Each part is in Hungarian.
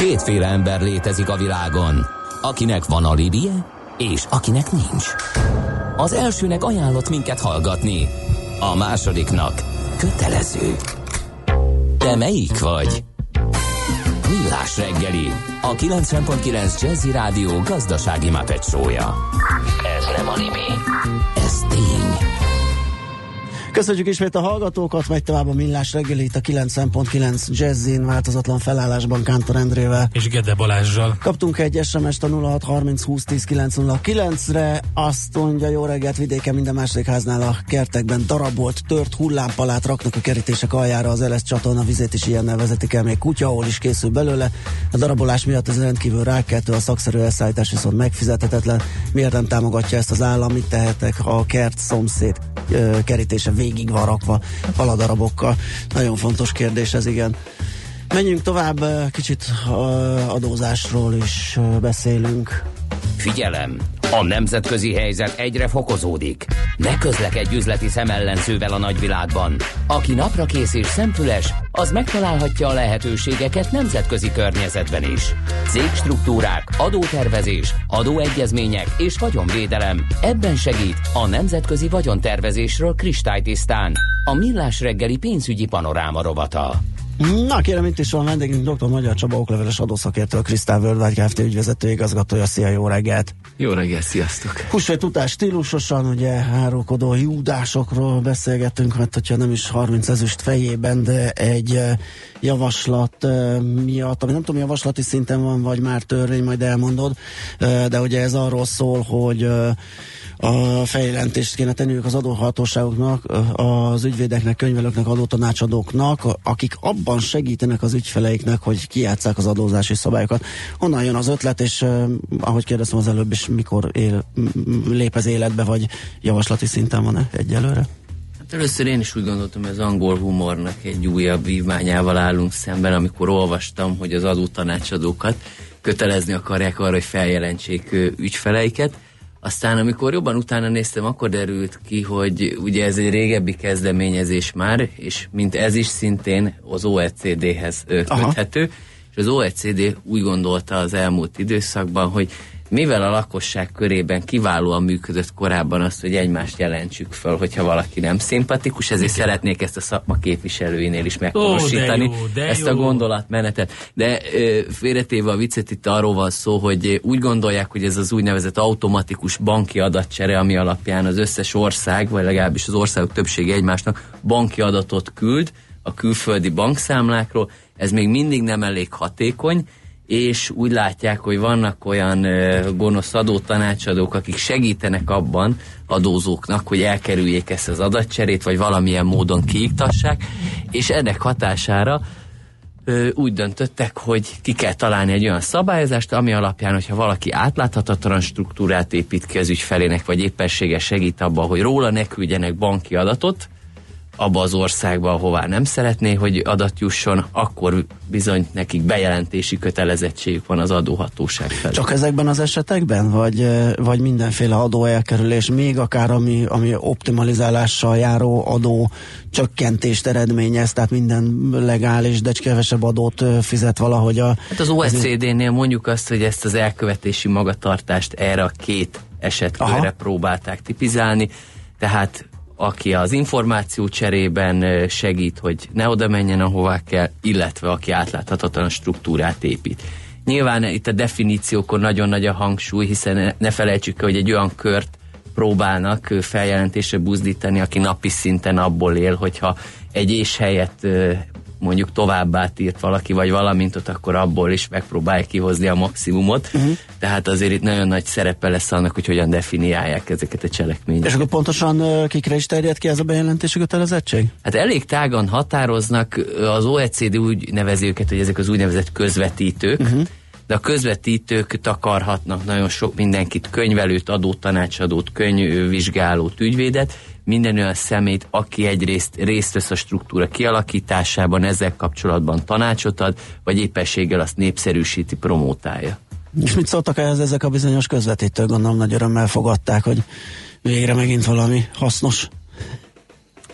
Kétféle ember létezik a világon, akinek van alibije, és akinek nincs. Az elsőnek ajánlott minket hallgatni, a másodiknak kötelező. Te melyik vagy? Millás reggeli, a 90.9 Jazzy Rádió gazdasági Muppet show-ja. Ez nem anime, ez tény. Köszönjük ismét a hallgatókat, megy tovább a Millás reggeli itt a 90.9 Jazzin változatlan felállásban Kántor Endrével és Gede Balázsral. Kaptunk egy SMS-t a 0630201009-re, azt mondja, jó reggelt, vidéken minden második háznál a kertekben darabolt, tört hullámpalát raknak a kerítések aljára, az LS csatorna vizét is ilyennel vezetik el, még kutyahol is készül belőle. A darabolás miatt ez rendkívül rákkeltő, a szakszerű elszállítás viszont megfizethetetlen. Miért nem támogatja ezt az állam, mit tehetek, a kert szomszéd kerítése végig van rakva faladarabokkal. Nagyon fontos kérdés ez, igen. Menjünk tovább, kicsit adózásról is beszélünk. Figyelem! A nemzetközi helyzet egyre fokozódik. Ne közlekedj üzleti szemellenzővel a nagyvilágban. Aki naprakész és szemfüles, az megtalálhatja a lehetőségeket nemzetközi környezetben is. Cégstruktúrák, adótervezés, adóegyezmények és vagyonvédelem. Ebben segít a nemzetközi vagyontervezésről kristálytisztán. A Millás reggeli pénzügyi panoráma rovata. Na kérem, itt is van vendégünk, dr. Magyar Csaba, okleveles adószakértő, a Crystal Worldwide Kft. Ügyvezető igazgatója. Szia, jó reggelt! Jó reggelt, sziasztok! Húsvét után stílusosan, ugye árulkodó júdásokról beszélgettünk, mert hogyha nem is 30 ezüst fejében, de egy javaslat miatt, ami nem tudom, javaslati szinten van, vagy már törvény, majd elmondod, de ugye ez arról szól, hogy a feljelentést kéne tenniük az adóhatóságoknak, az ügyvédeknek, könyvelőknek, adótanácsadóknak, akik abban segítenek az ügyfeleiknek, hogy kijátsszák az adózási szabályokat. Honnan jön az ötlet, és ahogy kérdeztem az előbb is, mikor lép ez életbe, vagy javaslati szinten van-e egyelőre? Hát először én is úgy gondoltam, hogy az angol humornak egy újabb vívmányával állunk szemben, amikor olvastam, hogy az adótanácsadókat kötelezni akarják arra, hogy feljelentsék ügyfeleiket. Aztán, amikor jobban utána néztem, akkor derült ki, hogy ugye ez egy régebbi kezdeményezés már, és mint ez is szintén az OECD-hez köthető, és az OECD úgy gondolta az elmúlt időszakban, hogy mivel a lakosság körében kiválóan működött korábban az, hogy egymást jelentsük föl, hogyha valaki nem szimpatikus, ezért szeretnék ezt a szakma képviselőinél is megvalósítani, ezt a gondolatmenetet. De félretéve a viccet, itt arról van szó, hogy úgy gondolják, hogy ez az úgynevezett automatikus banki adatcsere, ami alapján az összes ország, vagy legalábbis az országok többsége egymásnak banki adatot küld a külföldi bankszámlákról, ez még mindig nem elég hatékony, és úgy látják, hogy vannak olyan gonosz adótanácsadók, akik segítenek abban adózóknak, hogy elkerüljék ezt az adatcserét, vagy valamilyen módon kiiktassák, és ennek hatására úgy döntöttek, hogy ki kell találni egy olyan szabályozást, ami alapján, hogyha valaki átláthatatlan struktúrát épít ki az ügyfelének, vagy éppenséggel segít abban, hogy róla ne küldjenek banki adatot, abba az országba, ahová nem szeretné, hogy adat jusson, akkor bizony nekik bejelentési kötelezettségük van az adóhatóság felé. Csak ezekben az esetekben? Vagy mindenféle adóelkerülés, még akár ami optimalizálással járó adó csökkentést eredményez, tehát minden legális, de kevesebb adót fizet valahogy Hát az OECD-nél mondjuk azt, hogy ezt az elkövetési magatartást erre a két esetkörre próbálták tipizálni, tehát aki az információ cserében segít, hogy ne oda menjen, ahová kell, illetve aki átláthatatlan struktúrát épít. Nyilván itt a definíciókon nagyon nagy a hangsúly, hiszen ne felejtsük el, hogy egy olyan kört próbálnak feljelentésre buzdítani, aki napi szinten abból él, hogyha egy és helyett mondjuk továbbá írt valaki, vagy valamint akkor abból is megpróbálják kihozni a maximumot. Tehát azért itt nagyon nagy szerepe lesz annak, hogy hogyan definiálják ezeket a cselekményeket. És akkor pontosan kikre is terjed ki ez a bejelentési kötelezettség? Hát elég tágan határoznak, az OECD úgy nevezi őket, hogy ezek az úgynevezett közvetítők, de a közvetítők takarhatnak nagyon sok mindenkit, könyvelőt, adótanácsadót, könyvvizsgálót, ügyvédet, minden olyan szemét, aki egyrészt részt vesz a struktúra kialakításában, ezzel kapcsolatban tanácsot ad, vagy éppenséggel azt népszerűsíti, promótálja. És mit szóltak ehhez ezek a bizonyos közvetítők? Gondolom nagy örömmel fogadták, hogy végre megint valami hasznos.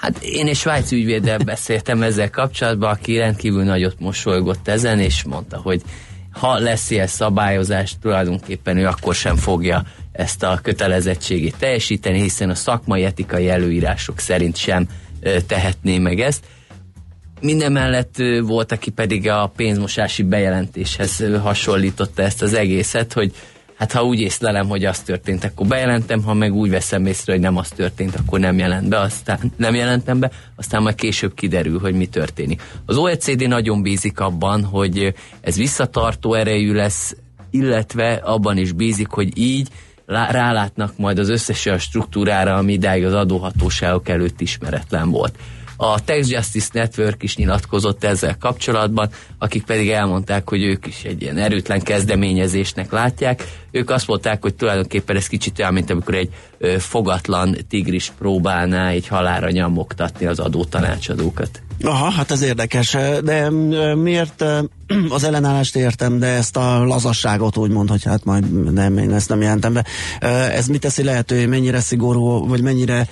Hát én egy svájci ügyvéddel beszéltem ezzel kapcsolatban, aki rendkívül nagyot mosolygott ezen, és mondta, hogy ha lesz ilyen szabályozás, tulajdonképpen ő akkor sem fogja ezt a kötelezettségét teljesíteni, hiszen a szakmai etikai előírások szerint sem tehetné meg ezt. Mindemellett volt, aki pedig a pénzmosási bejelentéshez hasonlította ezt az egészet, hogy hát ha úgy észlelem, hogy az történt, akkor bejelentem, ha meg úgy veszem észre, hogy nem az történt, akkor nem jelentem be, aztán majd később kiderül, hogy mi történik. Az OECD nagyon bízik abban, hogy ez visszatartó erejű lesz, illetve abban is bízik, hogy így rálátnak majd az összes olyan struktúrára, ami idáig az adóhatóságok előtt ismeretlen volt. A Tax Justice Network is nyilatkozott ezzel kapcsolatban, akik pedig elmondták, hogy ők is egy ilyen erőtlen kezdeményezésnek látják. Ők azt mondták, hogy tulajdonképpen ez kicsit olyan, mint amikor egy fogatlan tigris próbálná egy halálra nyomogtatni az adótanácsadókat. Aha, hát ez érdekes, de miért az ellenállást értem, de ezt a lazasságot úgymond, hogy hát majd nem, én ezt nem jelentem be. Ez mit teszi lehetővé, mennyire szigorú, vagy mennyire...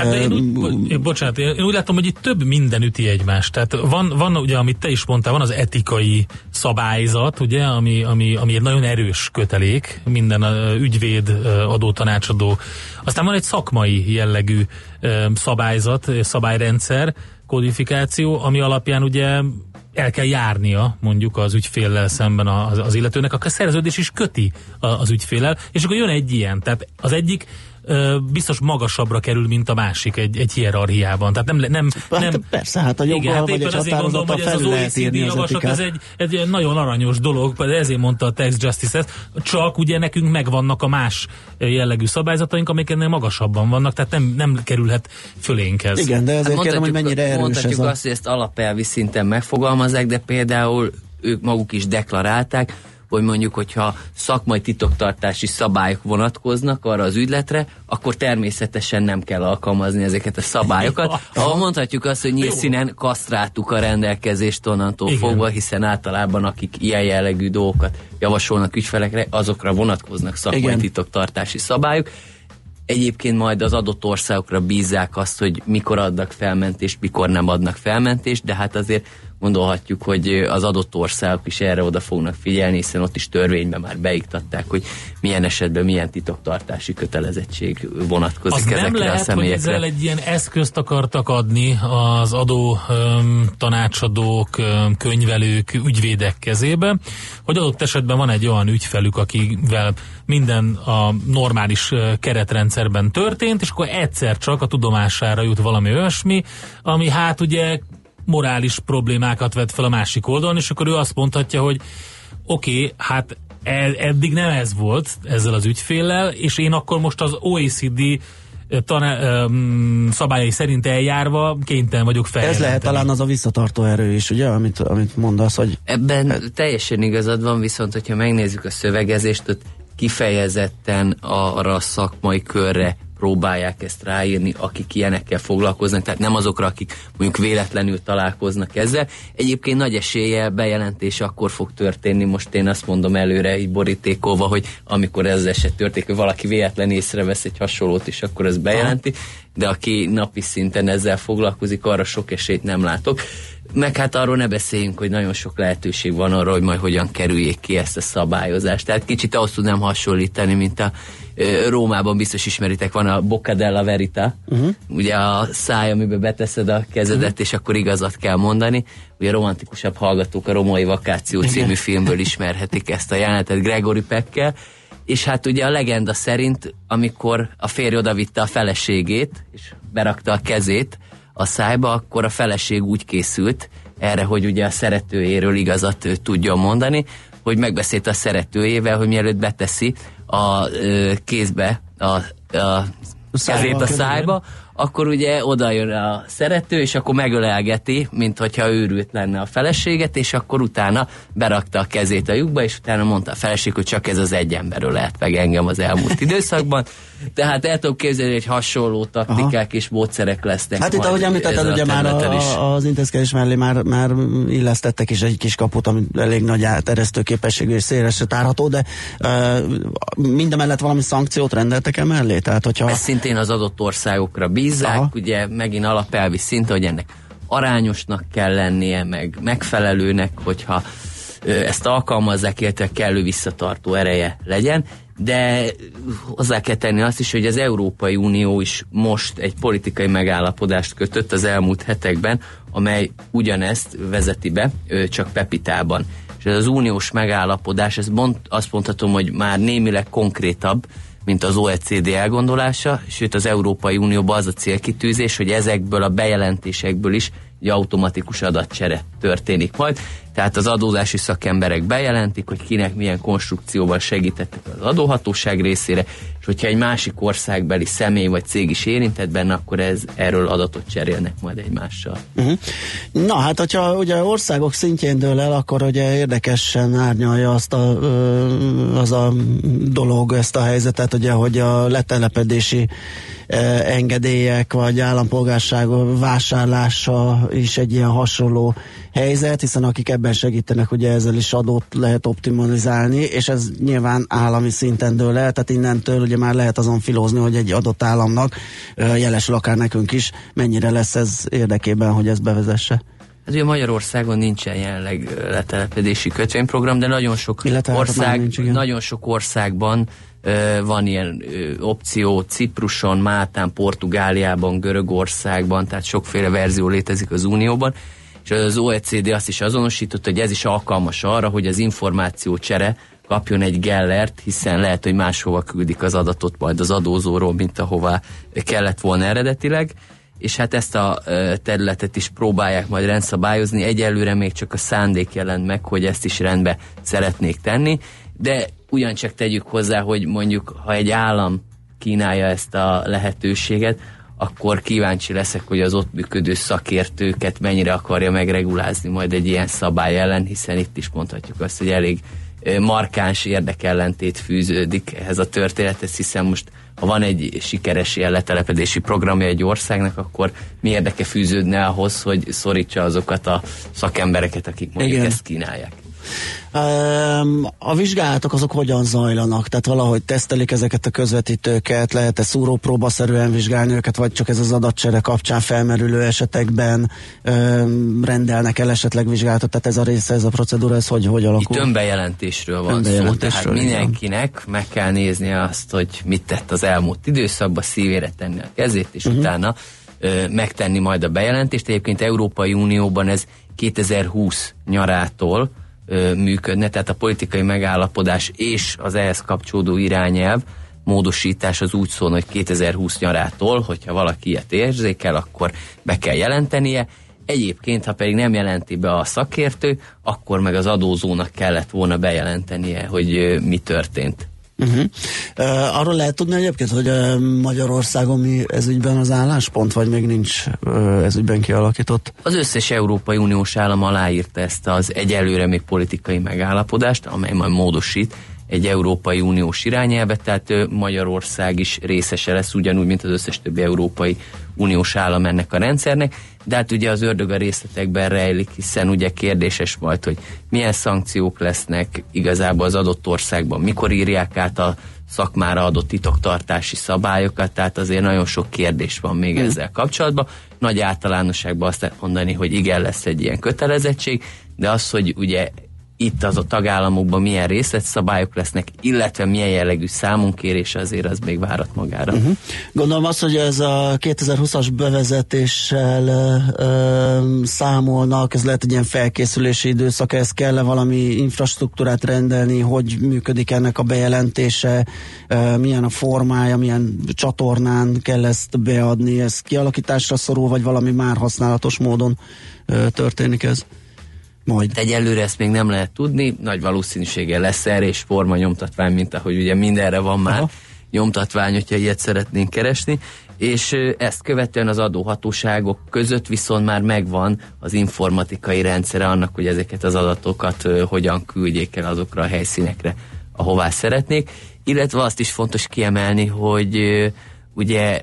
Bocsánat, én úgy látom, hogy itt több minden üti egymást. Tehát van ugye, amit te is mondtál, van az etikai szabályzat, ugye, ami egy nagyon erős kötelék, minden ügyvéd, adótanácsadó. Aztán van egy szakmai jellegű szabályzat, szabályrendszer, kodifikáció, ami alapján ugye el kell járnia mondjuk az ügyféllel szemben az illetőnek, a szerződés is köti az ügyféllel, és akkor jön egy ilyen, tehát az egyik biztos magasabbra kerül, mint a másik egy hierarchiában. Tehát nem persze, hát a joggal vagy egy határozattal felül lehet írni az etikát. Ez egy nagyon aranyos dolog, ezért mondta a Tax Justice-et, csak ugye nekünk megvannak a más jellegű szabályzataink, amik ennél magasabban vannak, tehát nem kerülhet fölénk ez. Igen, de ezért kérdem, hogy mennyire erős mondhatjuk ez azt, hogy ezt alapelvi szinten megfogalmazzák, de például ők maguk is deklarálták, hogy mondjuk, hogyha szakmai titoktartási szabályok vonatkoznak arra az ügyletre, akkor természetesen nem kell alkalmazni ezeket a szabályokat. Ahol mondhatjuk azt, hogy nyílszínen kasztráltuk a rendelkezést onnantól fogva, hiszen általában akik ilyen jellegű dolgokat javasolnak ügyfelekre, azokra vonatkoznak szakmai titoktartási szabályok. Egyébként majd az adott országokra bízzák azt, hogy mikor adnak felmentést, mikor nem adnak felmentést, de hát azért gondolhatjuk, hogy az adott országok is erre oda fognak figyelni, hiszen ott is törvényben már beiktatták, hogy milyen esetben milyen titoktartási kötelezettség vonatkozik ezekre a személyekre. Hogy ezzel egy ilyen eszközt akartak adni az adó tanácsadók, könyvelők, ügyvédek kezébe, hogy adott esetben van egy olyan ügyfelük, akivel minden a normális keretrendszerben történt, és akkor egyszer csak a tudomására jut valami olyasmi, ami hát ugye morális problémákat vet fel a másik oldalon, és akkor ő azt mondhatja, hogy oké, hát eddig nem ez volt ezzel az ügyféllel, és én akkor most az OECD szabályai szerint eljárva kénytelen vagyok feljelenteni. Ez lehet talán az a visszatartó erő is, ugye, amit mondasz, hogy... Ebben teljesen igazad van, viszont hogyha megnézzük a szövegezést, ott kifejezetten arra a szakmai körre próbálják ezt ráírni, akik ilyenekkel foglalkoznak, tehát nem azokra, akik mondjuk véletlenül találkoznak ezzel. Egyébként nagy eséllyel bejelentés akkor fog történni, most én azt mondom előre, így borítékolva, hogy amikor ez az eset történik, hogy valaki véletlen észrevesz egy hasonlót, és akkor ez bejelenti, de aki napi szinten ezzel foglalkozik, arra sok esélyt nem látok. Meg hát arról ne beszéljünk, hogy nagyon sok lehetőség van arra, hogy majd hogyan kerüljék ki ezt a szabályozást. Tehát kicsit ahhoz tudnám hasonlítani, mint a Rómában biztos ismeritek, van a Bocca della Verità, ugye a száj, amiben beteszed a kezedet, és akkor igazat kell mondani. Ugye a romantikusabb hallgatók a Római Vakáció című filmből ismerhetik ezt a jelenetet Gregory Peckkel, és hát ugye a legenda szerint, amikor a férj odavitte a feleségét, és berakta a kezét a szájba, akkor a feleség úgy készült erre, hogy ugye a szeretőjéről igazat tudjon mondani, hogy megbeszélt a szeretőjével, hogy mielőtt beteszi a kézbe a kezét a szájba, akkor ugye oda jön a szerető, és akkor megölelgeti, mint hogyha őrült lenne a feleséget, és akkor utána berakta a kezét a lyukba, és utána mondta a feleség, hogy csak ez az egy ember ölelt meg engem az elmúlt időszakban. Tehát el tudom képzelni, hogy hasonló taktikák és módszerek lesznek. Hát itt, ahogy említetted, ugye már az intézkedés mellé már illesztettek is egy kis kaput, ami elég nagy terjesztő képességű és szélesre tárható, de mindemellett valami szankciót rendeltek el mellé? Tehát, hogyha... Ez szintén az adott országokra bízzák, ugye megint alapelvi szint, hogy ennek arányosnak kell lennie, meg megfelelőnek, hogyha ezt alkalmazzák, illetve kellő visszatartó ereje legyen, de hozzá kell tenni azt is, hogy az Európai Unió is most egy politikai megállapodást kötött az elmúlt hetekben, amely ugyanezt vezeti be, csak Pepitában. És ez az uniós megállapodás, azt mondhatom, hogy már némileg konkrétabb, mint az OECD elgondolása, sőt az Európai Unióban az a célkitűzés, hogy ezekből a bejelentésekből is egy automatikus adatcsere történik majd. Tehát az adózási szakemberek bejelentik, hogy kinek milyen konstrukcióval segítettek az adóhatóság részére, és hogyha egy másik országbeli személy vagy cég is érintett benne, akkor erről adatot cserélnek majd egymással. Na hát, hogyha ugye országok szintjén dől el, akkor ugye érdekesen árnyalja az a dolog, ezt a helyzetet, ugye, hogy a letelepedési engedélyek vagy állampolgárság vásárlása is egy ilyen hasonló helyzet, hiszen akik ebben segítenek, ugye ezzel is adót lehet optimalizálni, és ez nyilván állami szinten dől el, tehát innentől ugye már lehet azon filózni, hogy egy adott államnak, jelesül akár nekünk is, mennyire lesz ez érdekében, hogy ezt bevezesse. Ez ugye Magyarországon nincsen jelenleg letelepedési kötvényprogram, de nagyon sok országban van ilyen opció, Cipruson, Máltán, Portugáliában, Görögországban, tehát sokféle verzió létezik az Unióban, és az OECD azt is azonosított, hogy ez is alkalmas arra, hogy az információcsere kapjon egy gellert, hiszen lehet, hogy máshova küldik az adatot majd az adózóról, mint ahová kellett volna eredetileg, és hát ezt a területet is próbálják majd rendszabályozni. Egyelőre még csak a szándék jelent meg, hogy ezt is rendbe szeretnék tenni, de ugyancsak tegyük hozzá, hogy mondjuk, ha egy állam kínálja ezt a lehetőséget, akkor kíváncsi leszek, hogy az ott működő szakértőket mennyire akarja megregulázni majd egy ilyen szabály ellen, hiszen itt is mondhatjuk azt, hogy elég markáns érdekellentét fűződik ehhez a történethez, hiszen most ha van egy sikeres ilyen letelepedési programja egy országnak, akkor mi érdeke fűződne ahhoz, hogy szorítsa azokat a szakembereket, akik mondjuk ezt kínálják. A vizsgálatok azok hogyan zajlanak? Tehát valahogy tesztelik ezeket a közvetítőket, lehet-e szúrópróbaszerűen vizsgálni őket, vagy csak ez az adatcsere kapcsán felmerülő esetekben rendelnek el esetleg vizsgálatot? Tehát ez a része, ez a procedúra, ez hogy alakul? Itt önbejelentésről van szó, tehát mindenkinek meg kell nézni azt, hogy mit tett az elmúlt időszakban, szívére tenni a kezét, és utána megtenni majd a bejelentést. Egyébként Európai Unióban ez 2020 nyarától működne, tehát a politikai megállapodás és az ehhez kapcsolódó irányelv módosítás az úgy szól, hogy 2020 nyarától, hogyha valaki ilyet érzékel, akkor be kell jelentenie. Egyébként, ha pedig nem jelenti be a szakértő, akkor meg az adózónak kellett volna bejelentenie, hogy mi történt. Arról lehet tudni egyébként, hogy Magyarországon mi ezügyben az álláspont, vagy még nincs ezügyben kialakított? Az összes Európai Uniós állam aláírta ezt az egyelőre még politikai megállapodást, amely majd módosít egy Európai Uniós irányelvet, tehát Magyarország is részese lesz, ugyanúgy, mint az összes többi Európai Uniós állam ennek a rendszernek, de hát ugye az ördög a részletekben rejlik, hiszen ugye kérdéses majd, hogy milyen szankciók lesznek igazából az adott országban, mikor írják át a szakmára adott titoktartási szabályokat, tehát azért nagyon sok kérdés van még ezzel kapcsolatban. Nagy általánosságban azt lehet mondani, hogy igen, lesz egy ilyen kötelezettség, de az, hogy ugye itt az a tagállamokban milyen részletszabályok lesznek, illetve milyen jellegű számunkérés, azért az még várat magára. Gondolom azt, hogy ez a 2020-as bevezetéssel számolnak, ez lehet egy ilyen felkészülési időszak, ez kell-e valami infrastruktúrát rendelni, hogy működik ennek a bejelentése, milyen a formája, milyen csatornán kell ezt beadni, ez kialakításra szorul, vagy valami már használatos módon történik ez? Majd. Egyelőre ezt még nem lehet tudni, nagy valószínűséggel lesz erre és forma nyomtatvány, mint ahogy ugye mindenre van már nyomtatvány, hogyha ilyet szeretnénk keresni, és ezt követően az adóhatóságok között viszont már megvan az informatikai rendszere annak, hogy ezeket az adatokat hogyan küldjék el azokra a helyszínekre, ahová szeretnék, illetve azt is fontos kiemelni, hogy ugye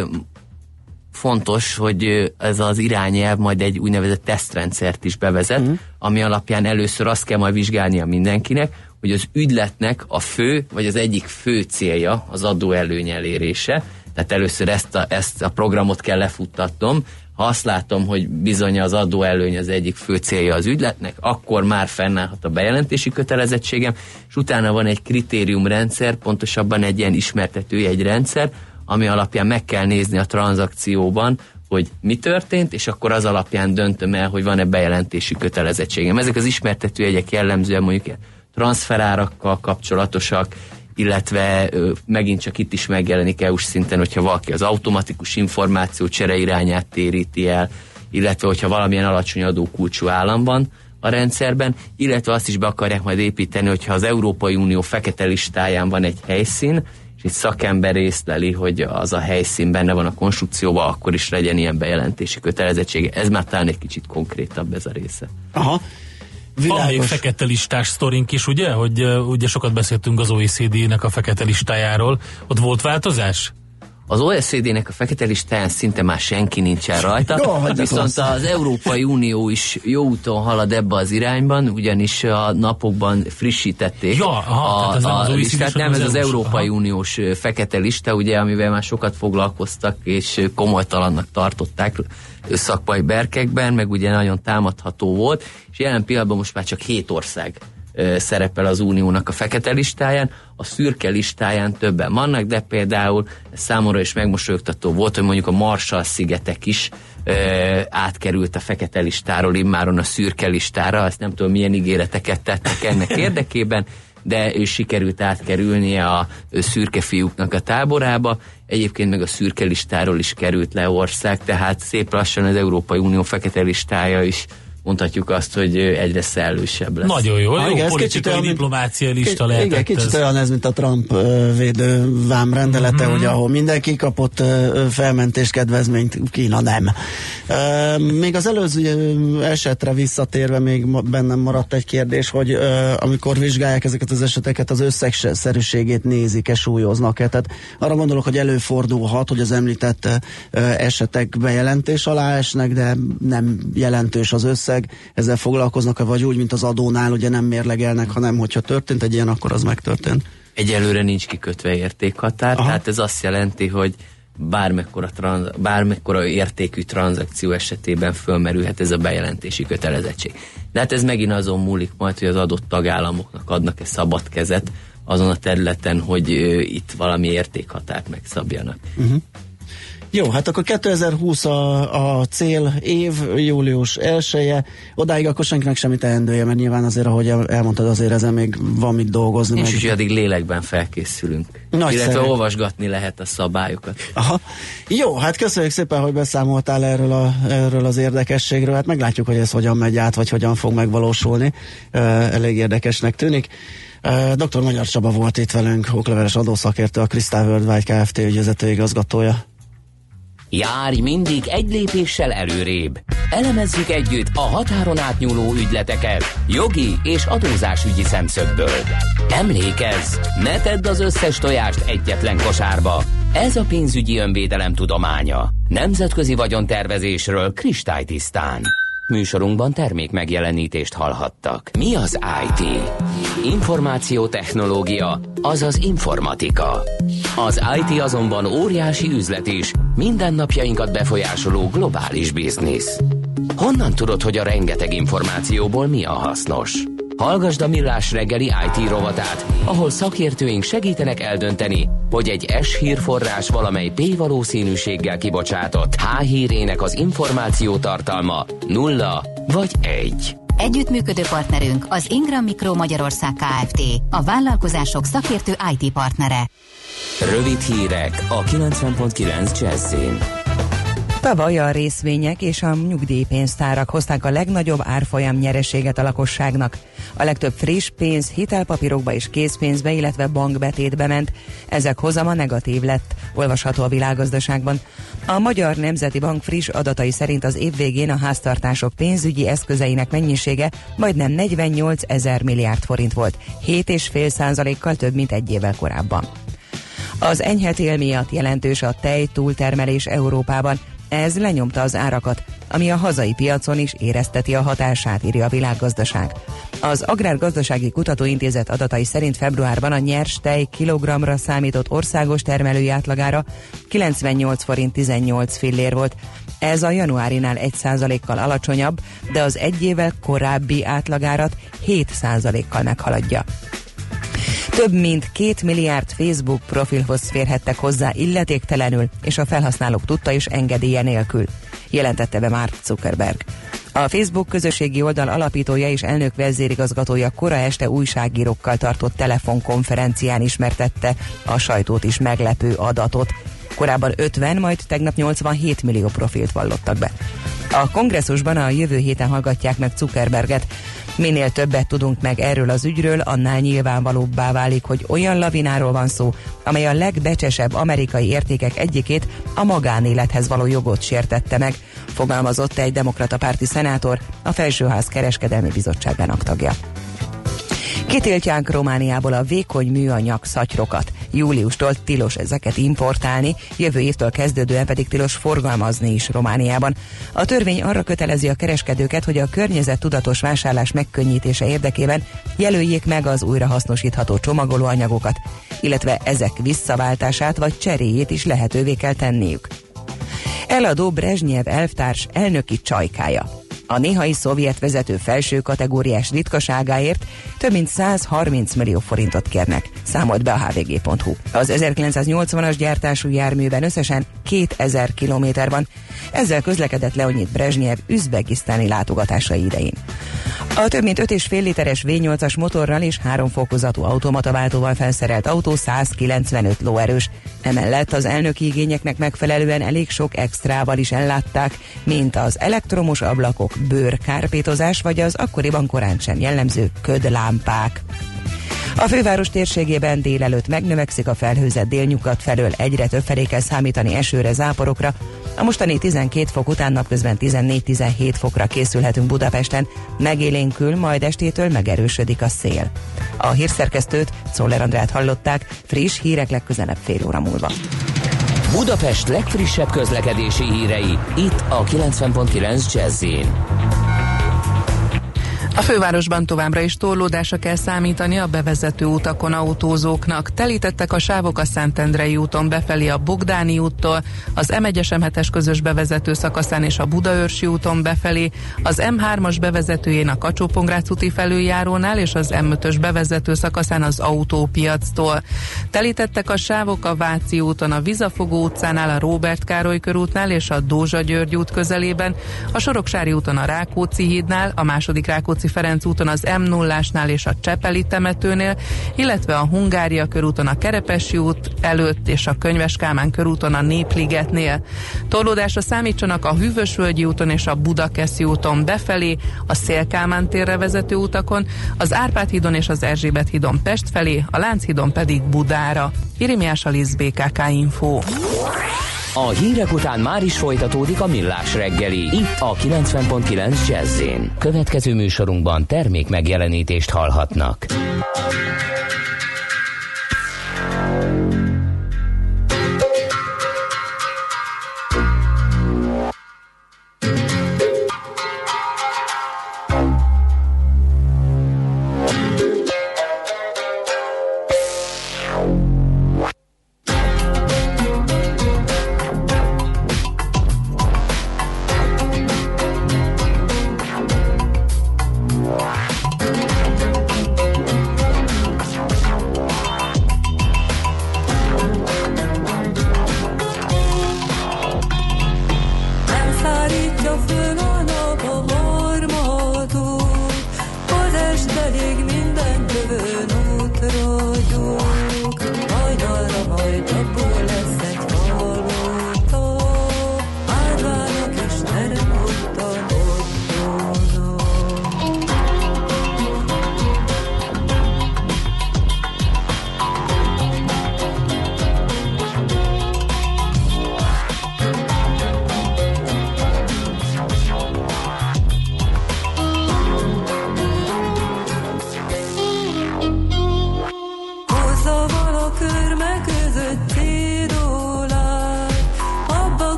fontos, hogy ez az irányelv majd egy úgynevezett tesztrendszert is bevezet, ami alapján először azt kell majd vizsgálnia mindenkinek, hogy az ügyletnek a fő, vagy az egyik fő célja az adóelőny elérése. Tehát először ezt a programot kell lefuttatnom. Ha azt látom, hogy bizony az adóelőny az egyik fő célja az ügyletnek, akkor már fennállhat a bejelentési kötelezettségem, és utána van egy kritériumrendszer, pontosabban egy ilyen ismertetőjegyrendszer, ami alapján meg kell nézni a tranzakcióban, hogy mi történt, és akkor az alapján döntöm el, hogy van-e bejelentési kötelezettségem. Ezek az ismertetőjegyek jellemzően mondjuk transferárakkal kapcsolatosak, illetve megint csak itt is megjelenik EU-s szinten, hogyha valaki az automatikus információcsere irányát téríti el, illetve hogyha valamilyen alacsony adókulcsú állam van a rendszerben, illetve azt is be akarják majd építeni, hogyha az Európai Unió fekete listáján van egy helyszín, és egy szakember észleli, hogy az a helyszín benne van a konstrukcióban, akkor is legyen ilyen bejelentési kötelezettsége. Ez már talán egy kicsit konkrétabb ez a része. Aha. Van még fekete listás sztorink is, ugye? Hogy ugye sokat beszéltünk az OECD-nek a fekete listájáról. Ott volt változás? Az OECD-nek a fekete listáján szinte már senki nincsen rajta, viszont az Európai Unió is jó úton halad ebbe az irányban, ugyanis a napokban frissítették a listát. Nem, ez az Európai Uniós fekete lista, ugye, amivel már sokat foglalkoztak, és komolytalannak tartották szakmai berkekben, meg ugye nagyon támadható volt, és jelen pillanatban most már csak 7 ország szerepel az Uniónak a fekete listáján, a szürke listáján többen vannak, de például számomra is megmosolyogtató volt, hogy mondjuk a Marshall-szigetek is átkerült a fekete listáról immáron a szürke listára, azt nem tudom milyen ígéreteket tettek ennek érdekében, de ő sikerült átkerülnie a szürke fiúknak a táborába, egyébként meg a szürke listáról is került le ország, tehát szép lassan az Európai Unió fekete listája is mondhatjuk azt, hogy egyre szellősebb lesz. Nagyon jó, jó politikai diplomáciai lista lehetett. Igen, kicsit olyan ez, mint a Trump védő vámrendelete, ugye, ahol mindenki kapott felmentést, kedvezményt, Kína nem. Még az előző esetre visszatérve még bennem maradt egy kérdés, hogy amikor vizsgálják ezeket az eseteket, az összegszerűségét nézik-e, súlyoznak-e? Tehát arra gondolok, hogy előfordulhat, hogy az említett esetek bejelentés alá esnek, de nem jelentős az összeg. Ezzel foglalkoznak, vagy úgy, mint az adónál, ugye nem mérlegelnek, hanem hogyha történt egy ilyen, akkor az megtörtént. Egyelőre nincs kikötve értékhatár, tehát ez azt jelenti, hogy bármekkora értékű tranzakció esetében fölmerülhet ez a bejelentési kötelezettség. De hát ez megint azon múlik majd, hogy az adott tagállamoknak adnak-e szabad kezet azon a területen, hogy itt valami értékhatárt megszabjanak. Jó, hát akkor 2020 a cél év, július 1-je, odáig akkor senkinek semmi teendője, mert nyilván azért, ahogy elmondtad, azért ezen még van mit dolgozni. És úgy addig lélekben felkészülünk. Illetve olvasgatni lehet a szabályokat. Aha. Jó, hát köszönjük szépen, hogy beszámoltál erről az érdekességről. Hát meglátjuk, hogy ez hogyan megy át, vagy hogyan fog megvalósulni. Elég érdekesnek tűnik. Dr. Magyar Csaba volt itt velünk, okleveles adószakértő, a Crystal Worldwide Kft. Ügyvezető igazgatója. Járj mindig egy lépéssel előrébb. Elemezzük együtt a határon átnyúló ügyleteket jogi és adózásügyi szemszögből. Emlékezz, ne tedd az összes tojást egyetlen kosárba. Ez a pénzügyi önvédelem tudománya. Nemzetközi vagyontervezésről kristálytisztán. Műsorunkban termék megjelenítést hallhattak. Mi az IT? Információtechnológia, azaz informatika. Az IT azonban óriási üzlet is, mindennapjainkat befolyásoló globális biznisz. Honnan tudod, hogy a rengeteg információból mi a hasznos? Hallgasd a Millás reggeli IT rovatát, ahol szakértőink segítenek eldönteni, hogy egy S-hírforrás valamely P-valószínűséggel kibocsátott H-hírének az információ tartalma 0 vagy 1. Együttműködő partnerünk az Ingram Micro Magyarország Kft. A vállalkozások szakértő IT partnere. Rövid hírek a 90.9 Jazzin. Tavaly a részvények és a nyugdíjpénztárak hozták a legnagyobb árfolyam nyereséget a lakosságnak. A legtöbb friss pénz hitelpapírokba és készpénzbe, illetve bankbetétbe ment. Ezek hozama negatív lett, olvasható a Világgazdaságban. A Magyar Nemzeti Bank friss adatai szerint az év végén a háztartások pénzügyi eszközeinek mennyisége majdnem 48 000 milliárd forint volt, 7,5%-kal több, mint egy évvel korábban. Az enyhe tél miatt jelentős a tej túltermelés Európában. Ez lenyomta az árakat. ami a hazai piacon is érezteti a hatását, írja a Világgazdaság. Az Agrárgazdasági Kutatóintézet adatai szerint februárban a nyers tej kilogramra számított országos termelői átlagára 98 forint 18 fillér volt. Ez a januárinál 1%-kal alacsonyabb, de az egy évvel korábbi átlagárat 7%-kal meghaladja. Több mint 2 milliárd Facebook profilhoz férhettek hozzá illetéktelenül, és a felhasználók tudta is engedélye nélkül, jelentette be Mark Zuckerberg. A Facebook közösségi oldal alapítója és elnök vezérigazgatója kora este újságírókkal tartott telefonkonferencián ismertette a sajtót is meglepő adatot. Korábban 50, majd tegnap 87 millió profilt vallottak be. A kongresszusban a jövő héten hallgatják meg Zuckerberget. Minél többet tudunk meg erről az ügyről, annál nyilvánvalóbbá válik, hogy olyan lavináról van szó, amely a legbecsesebb amerikai értékek egyikét, a magánélethez való jogot sértette meg, fogalmazott egy demokrata párti szenátor, a Felsőház kereskedelmi bizottságának tagja. Kitiltják Romániából a vékony műanyag szatyrokat. Júliustól tilos ezeket importálni, jövő évtől kezdődően pedig tilos forgalmazni is Romániában. A törvény arra kötelezi a kereskedőket, hogy a környezettudatos vásárlás megkönnyítése érdekében jelöljék meg az újrahasznosítható csomagolóanyagokat, illetve ezek visszaváltását vagy cseréjét is lehetővé kell tenniük. Eladó Brezsnyev elvtárs elnöki csajkája. A néhai szovjet vezető felső kategóriás ritkaságáért több mint 130 millió forintot kérnek, számolt be a hvg.hu. Az 1980-as gyártású járműben összesen 2000 kilométer van, ezzel közlekedett Leonid Brezsnyev üzbegisztáni látogatásai idején. A több mint 5,5 literes V8-as motorral és 3 fokozatú automataváltóval felszerelt autó 195 lóerős. Emellett az elnöki igényeknek megfelelően elég sok extrával is ellátták, mint az elektromos ablakok, bőrkárpétozás vagy az akkoriban korán sem jellemző ködlámpák. A főváros térségében délelőtt megnövekszik a felhőzet, délnyugat felől egyre több felé kell számítani esőre, záporokra. A mostani 12 fok után napközben 14-17 fokra készülhetünk Budapesten, megélénkül, majd estétől megerősödik a szél. A hírszerkesztőt, Czoller Andrát hallották, friss hírek legközelebb fél óra múlva. Budapest legfrissebb közlekedési hírei, itt a 90.9 Jazz-in. A fővárosban továbbra is torlódásra kell számítani a bevezető utakon autózóknak. Telítettek a sávok a Szentendrei úton befelé a Bogdáni úttól, az M1-es közös bevezető szakaszán és a Budaörsi úton befelé, az M3-as bevezetőjén a Kacsó-Pongrác úti felüljárónál és az M5-ös bevezető szakaszán az Autópiactól. Telítettek a sávok a Váci úton, a Vizafogó utcánál, a Róbert Károly körútnál és a Dózsa György út közelében, a Soroksári úton a Rákóczi hídnál, a második Rákóczi-Ferenc úton az M0-ásnál és a Csepeli temetőnél, illetve a Hungária körúton a Kerepesi út előtt és a Könyves Kálmán körúton a Népligetnél. Torlódásra számítsanak a Hűvösvölgyi úton és a Budakeszi úton befelé, a Széll-Kálmán térre vezető utakon, az Árpád hídon és az Erzsébet hídon Pest felé, a Lánchídon pedig Budára. Irimiás Alisz, BKK Info. A hírek után már is folytatódik a Millás reggeli, itt a 90.9 Jazz-in. Következő műsorunkban termék megjelenítést hallhatnak.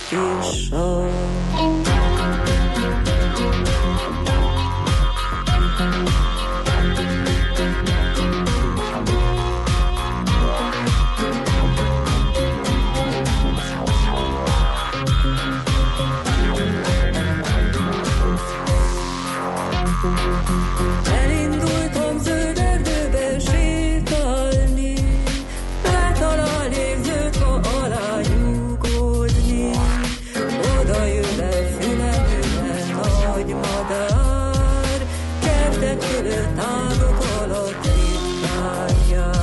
kisor. Elindultam zöld erdőben sétálni, látom a nézők alá nyugodni. Oda jön a fülemüle nagy madár, kertek fölött ágok alatt ritkán jár.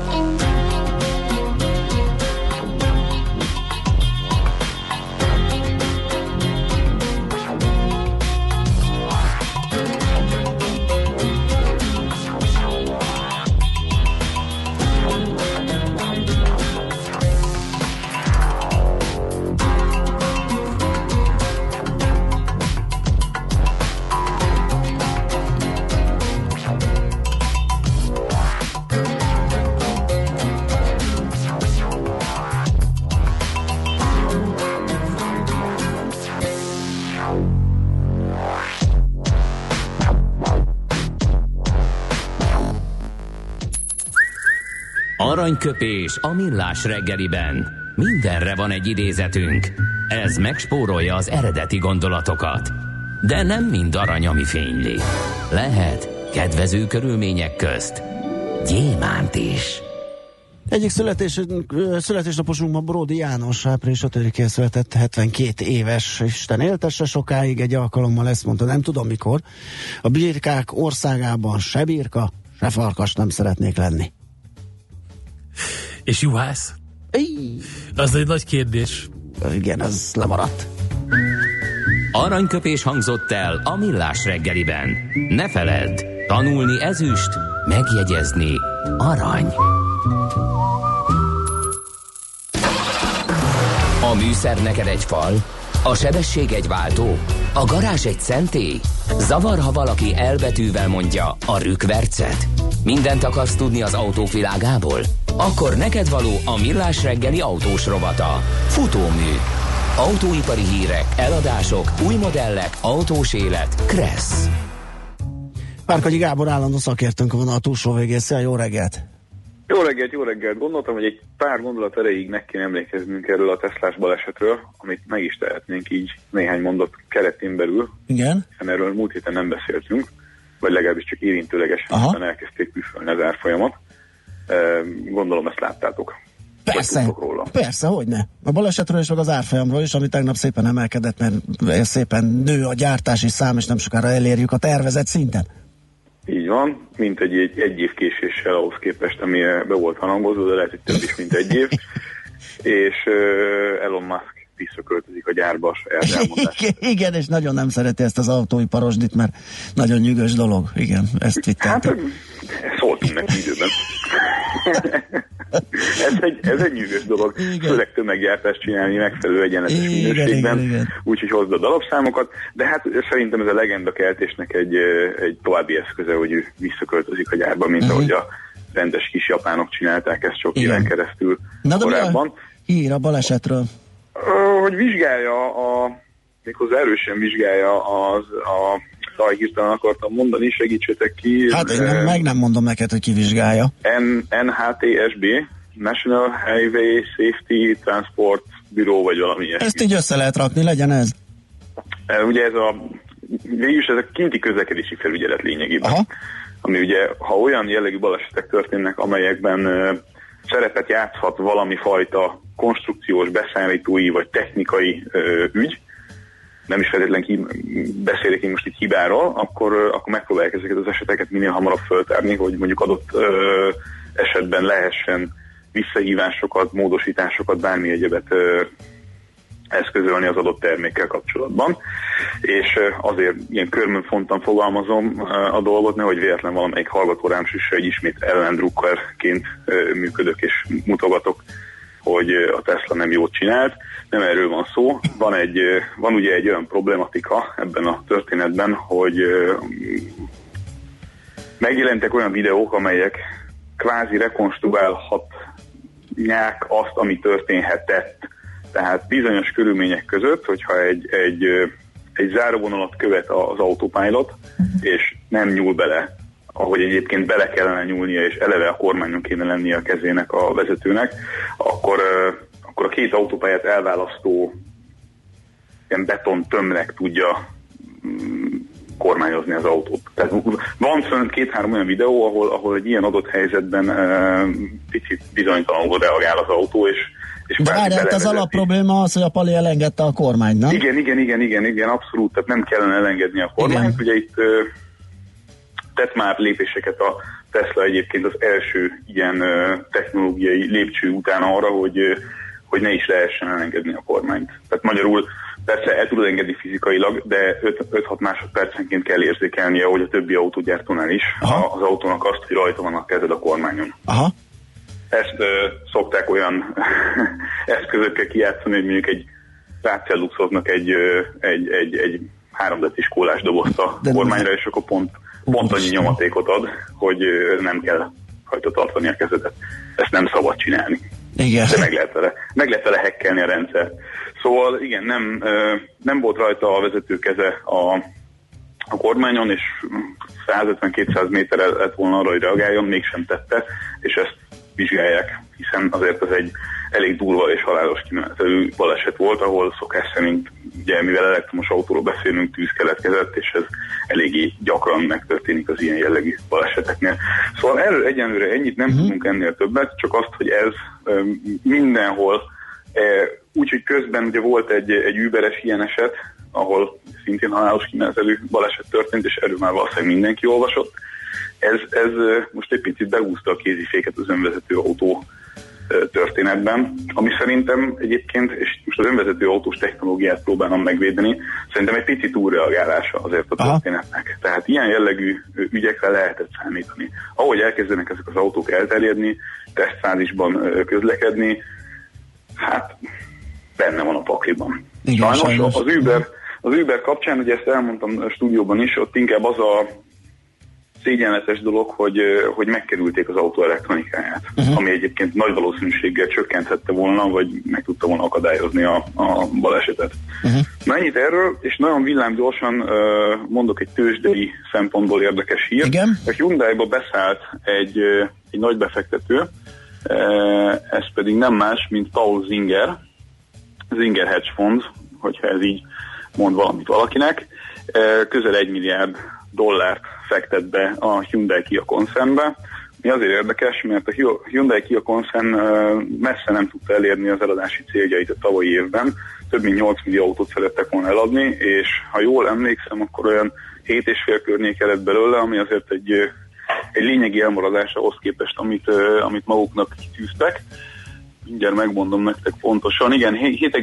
Aranyköpés a millás reggeliben. Mindenre van egy idézetünk. Ez megspórolja az eredeti gondolatokat. De nem mind arany, ami fényli. Lehet kedvező körülmények közt gyémánt is. Egyik születésnaposunk ma Bródi János, április 5-én született, 72 éves, Isten éltesse sokáig, egy alkalommal ezt mondta, nem tudom mikor. A birkák országában se birka, se farkas nem szeretnék lenni. És juhász? Az egy nagy kérdés. Igen, az lemaradt. Aranyköpés hangzott el a millás reggeliben. Ne feledd, tanulni ezüst, megjegyezni arany. A műszer neked egy fal, a sebesség egy váltó, a garázs egy szentély. Zavar, ha valaki elbetűvel mondja a rükvercet. Mindent akarsz tudni az autók világából? Akkor neked való a millás reggeli autós rovata. Futómű. Autóipari hírek, eladások, új modellek, autós élet. Kressz. Párkagyi Gábor állandó szakértőnk van a túlsó végén. Szia, jó reggelt! Jó reggelt, jó reggelt! Gondoltam, hogy egy pár gondolat erejéig meg kéne emlékeznünk erről a Teslás balesetről, amit meg is tehetnénk így néhány mondat keretén belül. Igen? Hiszen erről múlt héten nem beszéltünk, vagy legalábbis csak érintőlegesen, hiszen elkezdték küszölni az árfolyamat. Gondolom ezt láttátok. Persze, hogyne. A balesetről és meg az árfolyamról is, ami tegnap szépen emelkedett, mert szépen nő a gyártási szám, és nem sokára elérjük a tervezett szinten. Így van, mint egy év késéssel ahhoz képest, ami be volt harangozó, de lehet, hogy több is, mint egy év. És Elon Musk visszaköltözik a gyárba a saját elmondását. Igen, és nagyon nem szereti ezt az autóiparosdit, mert nagyon nyűgös dolog. Igen, ezt vittem. Hát, szóltunk neki időben. ez egy nyűgös dolog. Igen. Főleg tömeggyártást csinálni megfelelő egyenletes minőségben, úgyhogy hozd a darabszámokat, de hát szerintem ez a legendakeltésnek egy további eszköze, hogy ő visszaköltözik a gyárba, mint ahogy a rendes kis japánok csinálták ezt sok éven keresztül korábban. Hír a balesetről. Hogy vizsgálja, méghozzá erősen vizsgálja hirtelen akartam mondani, segítsetek ki. Hát én meg nem mondom neked, hogy ki vizsgálja. NHTSB, National Highway Safety Transport Bureau, vagy valami ilyesmi. Ezt így össze lehet rakni, legyen ez. Ugye végülis ez a kinti közlekedési felügyelet lényegében. Aha. Ami ugye, ha olyan jellegű balesetek történnek, amelyekben szerepet játszhat valami fajta konstrukciós, beszállítói vagy technikai ügy, nem is feltétlenül beszélek én most itt hibáról, akkor megpróbálják ezeket az eseteket minél hamarabb föltárni, hogy mondjuk adott esetben lehessen visszahívásokat, módosításokat, bármi egyebet eszközölni az adott termékkel kapcsolatban. És azért ilyen körmönfontan fogalmazom a dolgot, nehogy véletlen valamelyik hallgató rám süsse, hogy ismét ellendrukkerként működök és mutogatok, hogy a Tesla nem jót csinált. Nem erről van szó. Van ugye egy olyan problematika ebben a történetben, hogy megjelentek olyan videók, amelyek kvázi rekonstruálhatják azt, ami történhetett Tehát bizonyos körülmények között, hogyha egy záróvonalat követ az autopilot, és nem nyúl bele, ahogy egyébként bele kellene nyúlnia, és eleve a kormányon kéne lennie a kezének a vezetőnek, akkor a két autópályát elválasztó ilyen beton tömleg tudja kormányozni az autót. Tehát van fönt 2-3 olyan videó, ahol egy ilyen adott helyzetben picit bizonytalanul reagál az autó, és de várjál, az alapprobléma az, hogy a Pali elengedte a kormányt, nem? Igen, abszolút, tehát nem kellene elengedni a kormányt. Igen. Ugye itt tett már lépéseket a Tesla egyébként az első ilyen technológiai lépcső után arra, hogy ne is lehessen elengedni a kormányt. Tehát magyarul persze el tudod engedni fizikailag, de 5-6 másodpercenként kell érzékelnie, hogy a többi autógyártónál is az autónak azt, hogy rajta van a kezed a kormányon. Aha. Ezt szokták olyan eszközökkel kijátszani, hogy mondjuk egy rácelluxoznak egy 3 decis kólás dobozt a kormányra, és akkor pont annyi nyomatékot ad, hogy nem kell rajta tartani a kezedet. Ezt nem szabad csinálni. Igen. De meg lehet vele hackelni a rendszert. Szóval igen, nem volt rajta a vezető keze a kormányon, és 150-200 méterre lett volna arra, hogy reagáljon, mégsem tette, és ezt vizsgálják, hiszen azért ez egy elég durva és halálos kimenetelű baleset volt, ahol szokás szerint, ugye mivel elektromos autóról beszélünk, tűz keletkezett, és ez eléggé gyakran megtörténik az ilyen jellegű baleseteknél. Szóval erről egyenlőre ennyit nem tudunk ennél többet, csak azt, hogy ez mindenhol, úgyhogy közben ugye volt egy Uberes ilyen eset, ahol szintén halálos kimenetelű baleset történt, és erről már valószínűleg mindenki olvasott. Ez most egy picit behúzta a kéziféket az önvezető autó történetben, ami szerintem egyébként, és most az önvezető autós technológiát próbálom megvédeni, szerintem egy picit túlreagálása azért a történetnek. Tehát ilyen jellegű ügyekre lehetett számítani. Ahogy elkezdenek ezek az autók elterjedni, tesztfázisban közlekedni, hát benne van a pakliban. Sajnos az Uber kapcsán, ugye ezt elmondtam a stúdióban is, ott inkább az a szégyenletes dolog, hogy megkerülték az autó elektronikáját, ami egyébként nagy valószínűséggel csökkenthette volna, vagy meg tudta volna akadályozni a balesetet. Na ennyit erről, és nagyon villámgyorsan mondok egy tőzsdei szempontból érdekes hír. Igen? A Hyundai-ba beszállt egy nagy befektető, ez pedig nem más, mint Paul Zinger Hedge Fund, hogyha ez így mond valamit valakinek, közel $1 milliárd fektet be a Hyundai-Kia koncernbe. Mi azért érdekes, mert a Hyundai-Kia koncern messze nem tudta elérni az eladási céljait a tavalyi évben. Több mint 8 millió autót szerettek volna eladni, és ha jól emlékszem, akkor olyan 7,5 környéke lett belőle, ami azért egy lényegi elmaradás ahhoz képest, amit maguknak kitűztek. Mindjárt megmondom nektek pontosan. Igen,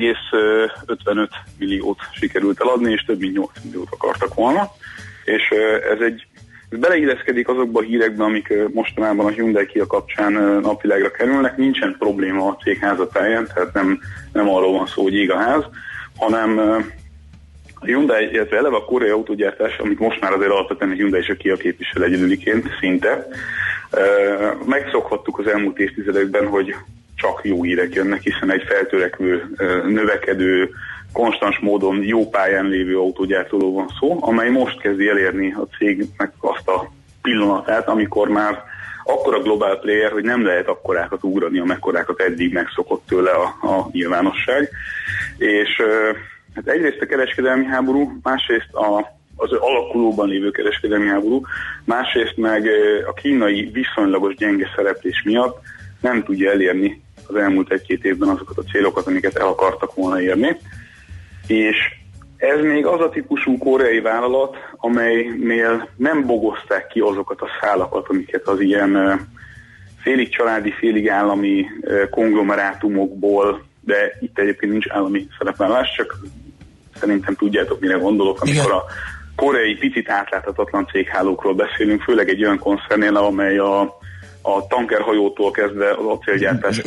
7,55 milliót sikerült eladni, és több mint 8 milliót akartak volna. És ez beleilleszkedik azokba a hírekben, amik mostanában a Hyundai-Kia kapcsán napvilágra kerülnek. Nincsen probléma a cég házatáján, tehát nem arról van szó, hogy ég a ház, hanem a Hyundai, illetve eleve a koreai autógyártás, amit most már azért alapvetően a Hyundai és a Kia képvisel egyedüliként szinte. Megszokhattuk az elmúlt évtizedekben, hogy csak jó hírek jönnek, hiszen egy feltörekvő, növekedő, konstans módon jó pályán lévő autógyártóról van szó, amely most kezdi elérni a cégnek azt a pillanatát, amikor már akkora global player, hogy nem lehet akkorákat ugrani, amekkorákat eddig megszokott tőle a nyilvánosság. És hát egyrészt a kereskedelmi háború, másrészt az alakulóban lévő kereskedelmi háború, másrészt meg a kínai viszonylagos gyenge szereplés miatt nem tudja elérni az elmúlt 1-2 évben azokat a célokat, amiket el akartak volna érni. És ez még az a típusú koreai vállalat, amelynél nem bogozták ki azokat a szálakat, amiket az ilyen félig családi, félig állami konglomerátumokból, de itt egyébként nincs állami szerepvállás, csak szerintem tudjátok, mire gondolok, amikor a koreai picit átláthatatlan céghálókról beszélünk, főleg egy olyan koncernnél, amely a tankerhajótól kezdve az acélgyártásig,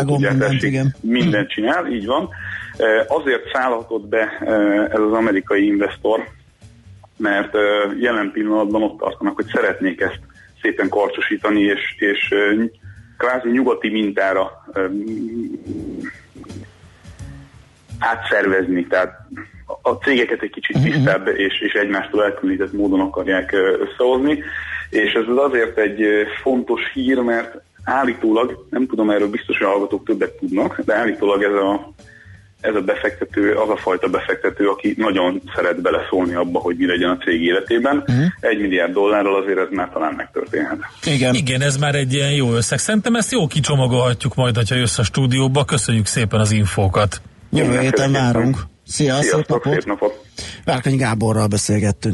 mindent csinál, így van. Azért szállhatott be ez az amerikai investor, mert jelen pillanatban ott tartanak, hogy szeretnék ezt szépen karcsosítani, és kvázi nyugati mintára átszervezni, tehát a cégeket egy kicsit tisztább és egymástól elkülönített módon akarják összehozni, és ez azért egy fontos hír, mert állítólag, nem tudom, erről biztos, hogy a hallgatók többet tudnak, de állítólag ez a befektető, az a fajta befektető, aki nagyon szeret beleszólni abba, hogy mi legyen a cég életében. $1 milliárd azért ez már talán megtörténhet. Igen, ez már egy ilyen jó összeg. Szerintem ezt jó kicsomagolhatjuk majd, hogyha jössz a stúdióba. Köszönjük szépen az infókat. Jövő héten várunk. Sziasztok, szép napot! Várkonyi Gáborral beszélgettünk.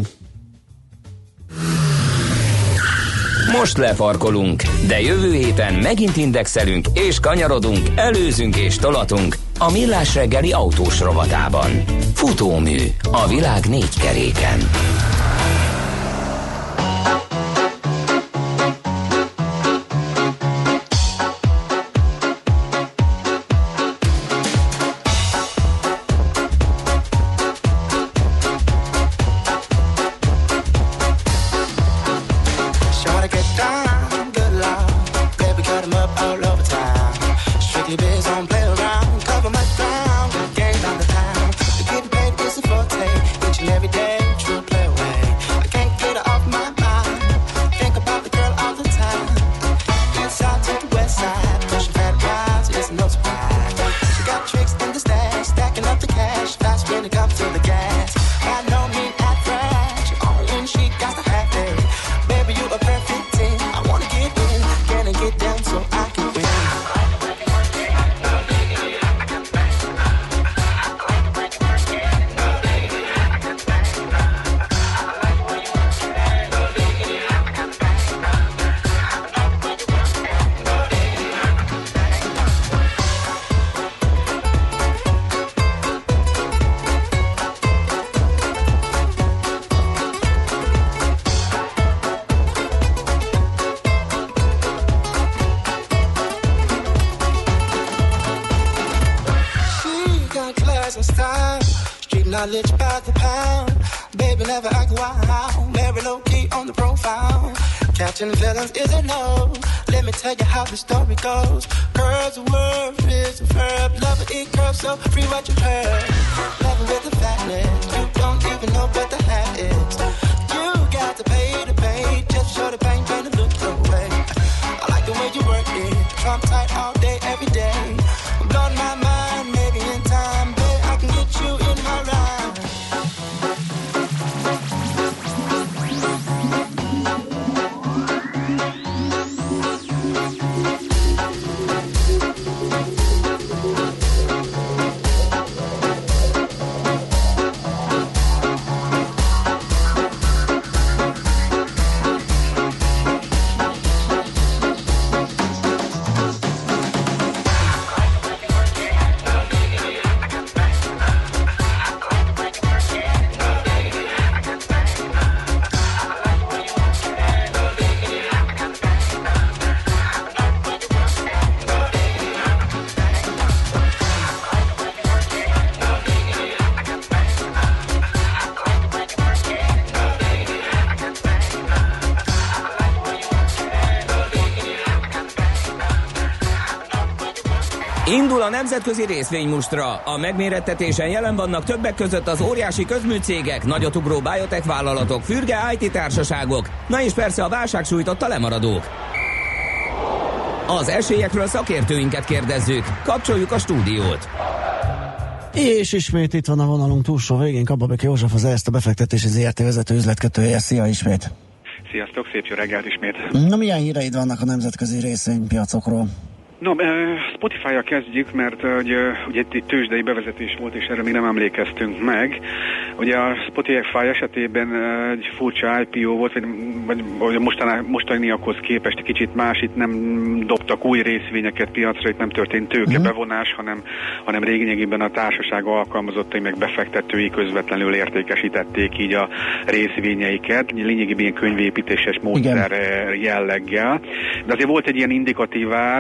Most lefarkolunk, de jövő héten megint indexelünk és kanyarodunk, előzünk és tolatunk a Millás reggeli autós rovatában. Futómű a világ 4 keréken. Knowledge by the pound, baby never act wild, very low key on the profile. Catching the villains is a no. Let me tell you how the story goes. Curves, a word is a verb. Love it, eat curves, so free what you heard. Love it with the fatness. You don't even know what the hat is. You got to pay, just show the pain, trying to look your way. I like the way you work it, Trump tight all day, every day. I'm blowing my mind, maybe in time, babe, I can get you in my ride. Indul a nemzetközi részvénymustra. A megmérettetésen jelen vannak többek között az óriási közműcégek, nagyotugró biotech vállalatok, fürge IT társaságok, na és persze a válság sújtotta lemaradók. Az esélyekről szakértőinket kérdezzük. Kapcsoljuk a stúdiót. És ismét itt van a vonalunk túlsó végén Kababek József, az Erste befektetési ZRT vezető üzletkötője. Szia ismét! Sziasztok, szép jó reggelt ismét! Na, milyen híreid vannak a nemzetközi részvénypiacokról? No, Spotify-jal kezdjük, mert ugye egy tőzsdei bevezetés volt, és erre még nem emlékeztünk meg. Ugye a Spotify esetében egy furcsa IPO volt, vagy mostaniakhoz képest kicsit más, itt nem dobtak új részvényeket piacra, itt nem történt tőkebevonás, hanem lényegében a társaság alkalmazottai meg befektetői közvetlenül értékesítették így a részvényeiket, lényegében ilyen könyvépítéses módszer jelleggel. De azért volt egy ilyen indikatív ár, tehát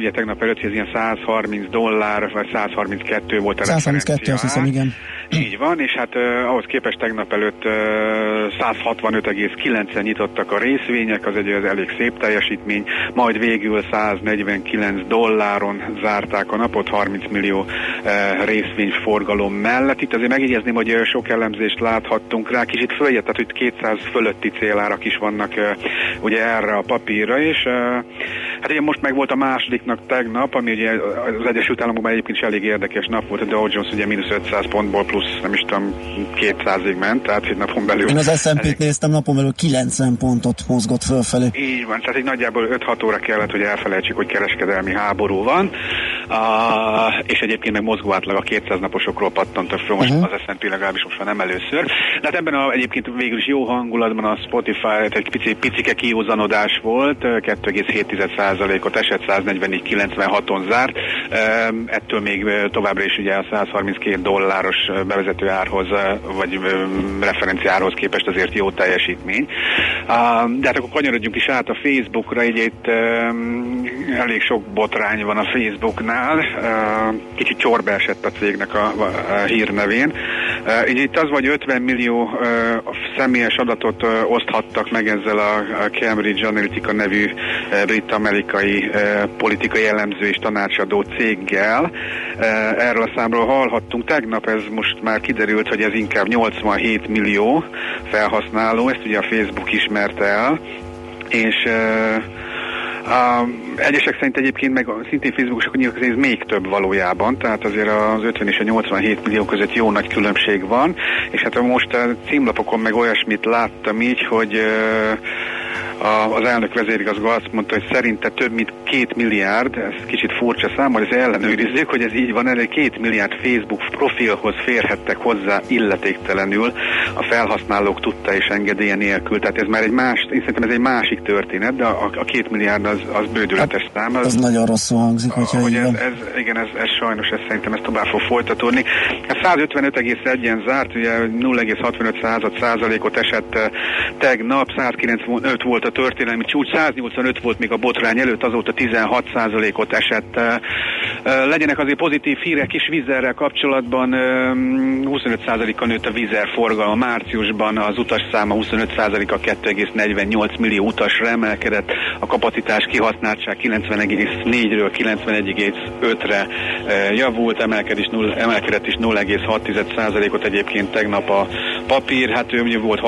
ugye tegnap előtt, hogy ez ilyen $130, vagy 132 volt a 132, azt hiszem, igen. Így van, és hát ahhoz képest tegnap előtt 165,9-en nyitottak a részvények, az egy elég szép teljesítmény, majd végül $149 zárták a napot 30 millió részvényforgalom mellett. Itt azért megjegyezném, hogy sok elemzést láthattunk rá, kicsit följött, tehát hogy 200 fölötti célárak is vannak ugye erre a papírra, és hát ugye most meg volt a másodiknak tegnap, ami ugye az Egyesült Államokban egyébként is elég érdekes nap volt, a Dow Jones ugye mínusz 500 pontból plusz nem is tudom 200-ig ment, tehát egy napon belül. Én az S&P-t néztem, napon belül 90 pontot mozgott fölfelé. Így van, tehát egy nagyjából 5-6 óra kellett, hogy elfelejtsük, hogy kereskedelmi háború van, és egyébként meg mozgó átlag a 200 naposokról pattantak föl, most az S&P legalábbis most már nem először. De hát ebben egyébként végül is jó hangulatban a Spotify egy picike kiúzanodás volt, 2,7%-ot esett, 144,96-on zárt, ettől még továbbra is ugye a $132 bevezető árhoz, vagy referenciárhoz képest azért jó teljesítmény. De hát akkor kanyarodjunk is át a Facebookra, így itt elég sok botrány van a Facebooknál, kicsit csorba esett a cégnek a hírnevén. Így itt az, vagy 50 millió személyes adatot oszthattak meg ezzel a Cambridge Analytica nevű brit-amerikai politikai elemző és tanácsadó céggel. Erről a számról hallhattunk tegnap, ez most már kiderült, hogy ez inkább 87 millió felhasználó, ezt ugye a Facebook ismerte el, és egyesek szerint egyébként meg szintén Facebookosok nyilatkoznak, hogy ez még több valójában, tehát azért az 50 és a 87 millió között jó nagy különbség van, és hát most a címlapokon meg olyasmit láttam így, hogy az elnök vezérigazgató azt mondta, hogy szerinte több mint 2 milliárd, ez kicsit furcsa szám, hogy ez ellenőrizzük, hogy ez így van, elég 2 milliárd Facebook profilhoz férhettek hozzá illetéktelenül a felhasználók tudta és engedélye nélkül. Tehát ez már egy én szerintem ez egy másik történet, de a 2 milliárd az bődületes szám. Ez nagyon rosszul hangzik, hogyha hogy igen. Ez sajnos, szerintem ez tovább fog folytatódni. 155,1-en zárt, ugye 0,65%-ot esett tegnap, 195 volt a történelmi csúcs, 185 volt még a botrány előtt, azóta 16%-ot esett. Legyenek azért pozitív hírek is Wizzairrel kapcsolatban, 25%-kal nőtt a Wizzair forgalma márciusban, az utasszáma 25%-a 2,48 millió utasra emelkedett, a kapacitás kihasználtság 90,4-ről 91,5-re javult, emelkedett is 0,6%-ot egyébként tegnap a papír, hát ő ugye volt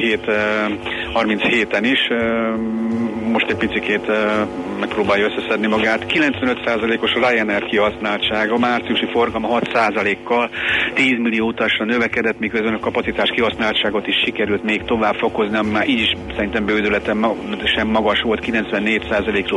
37-en is, most egy picikét megpróbálja összeszedni magát. 95%-os Ryanair kihasználtsága, márciusi forgalma 6%-kal 10 millió utasra növekedett, miközben a kapacitás kihasználtságot is sikerült még tovább fokozni, ami már így is szerintem bődületen sem magas volt, 94%-ról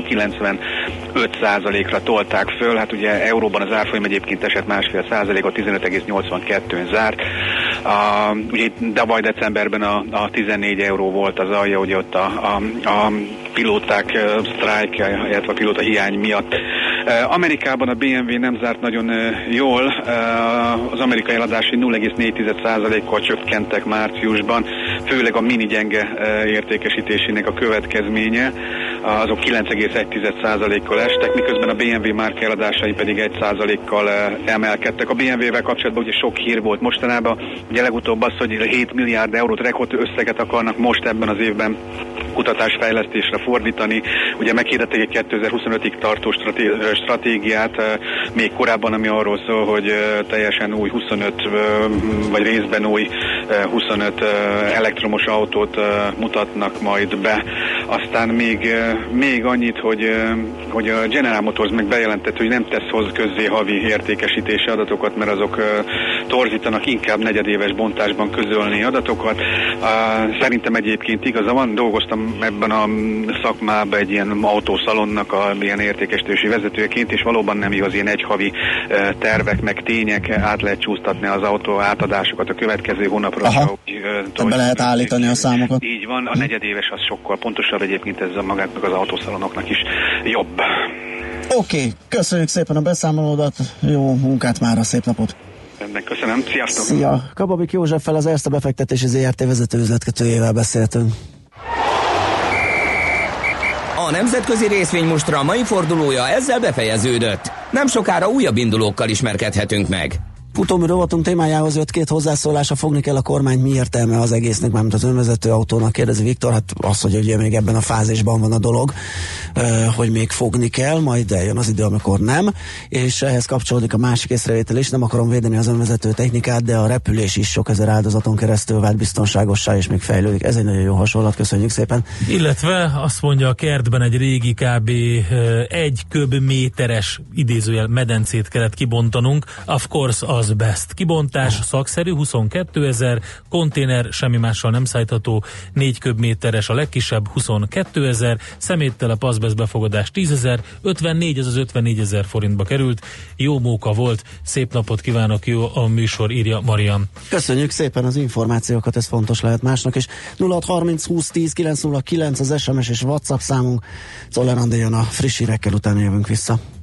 95%-ra tolták föl. Hát ugye euróban az árfolyam egyébként esett 1,5%-ot, 15,82-n zárt. Ugye tavaly decemberben a 14 euró volt az alja, ugye ott a pilóták sztrájk, illetve a pilóta hiány miatt. Amerikában a BMW nem zárt nagyon jól, az amerikai eladásai 0,4%-kal csökkentek márciusban, főleg a mini gyenge értékesítésének a következménye, azok 9,1%-kal estek, miközben a BMW márka eladásai pedig 1%-kal emelkedtek. A BMW-vel kapcsolatban ugye sok hír volt mostanában, ugye legutóbb az, hogy 7 milliárd eurót rekord összeget akarnak most ebben az évben kutatásfejlesztésre fordítani. Ugye meghirdették egy 2025-ig tartó stratégiát, még korábban, ami arról szól, hogy teljesen új 25, vagy részben új 25 elektromos autót mutatnak majd be. Aztán még annyit, hogy a General Motors meg bejelentett, hogy nem tesz hozzá közzé havi értékesítési adatokat, mert azok torzítanak, inkább negyedéves bontásban közölni adatokat. Szerintem egyébként igaza van, dolgoztam ebben a szakmában egy ilyen autószalonnak ilyen értékesítési vezetőjeként, és valóban nem igaz, ilyen egyhavi tervek meg tények, át lehet csúsztatni az autó átadásokat a következő hónapra. Be lehet állítani a számokat. Így van, a negyedéves az sokkal pontosabb, egyébként ez magának az autószalonoknak is jobb. Oké, köszönjük szépen a beszámolódat, jó munkát mára, szép napot! Rendben, köszönöm, sziasztok! Szia! Kababik Józseffel, az Erste befektetési ZRT vezető üzletkötőjével beszéltünk. A nemzetközi részvénymustra mai fordulója ezzel befejeződött. Nem sokára újabb indulókkal ismerkedhetünk meg. Futómű rovatunk témájához jött 2 hozzászólása, fogni kell a kormány, mi értelme az egésznek, mármint az önvezető autónak, kérdezi Viktor. Hát az, hogy ugye még ebben a fázisban van a dolog, hogy még fogni kell, majd eljön az idő, amikor nem, és ehhez kapcsolódik a másik észrevétel is, nem akarom védeni az önvezető technikát, de a repülés is sok ezer áldozaton keresztül vált biztonságossá, és még fejlődik. Ez egy nagyon jó hasonlat, köszönjük szépen. Illetve azt mondja, a kertben egy régi kb. 1 köbméteres idézőjel medencét kellett kibontanunk, of course az best. Kibontás szakszerű, 22 000, konténer semmi mással nem szállítható, 4 köbméteres a legkisebb, 22 000, szeméttelep azbest befogadás 10 000, 54, ez az 54 000 forintba került. Jó móka volt, szép napot kívánok, jó a műsor, írja Marian. Köszönjük szépen az információkat, ez fontos lehet másnak is. 0630 20 10 909 az SMS és WhatsApp számunk. Czoller Andi jön a friss hírekkel, utána jövünk vissza.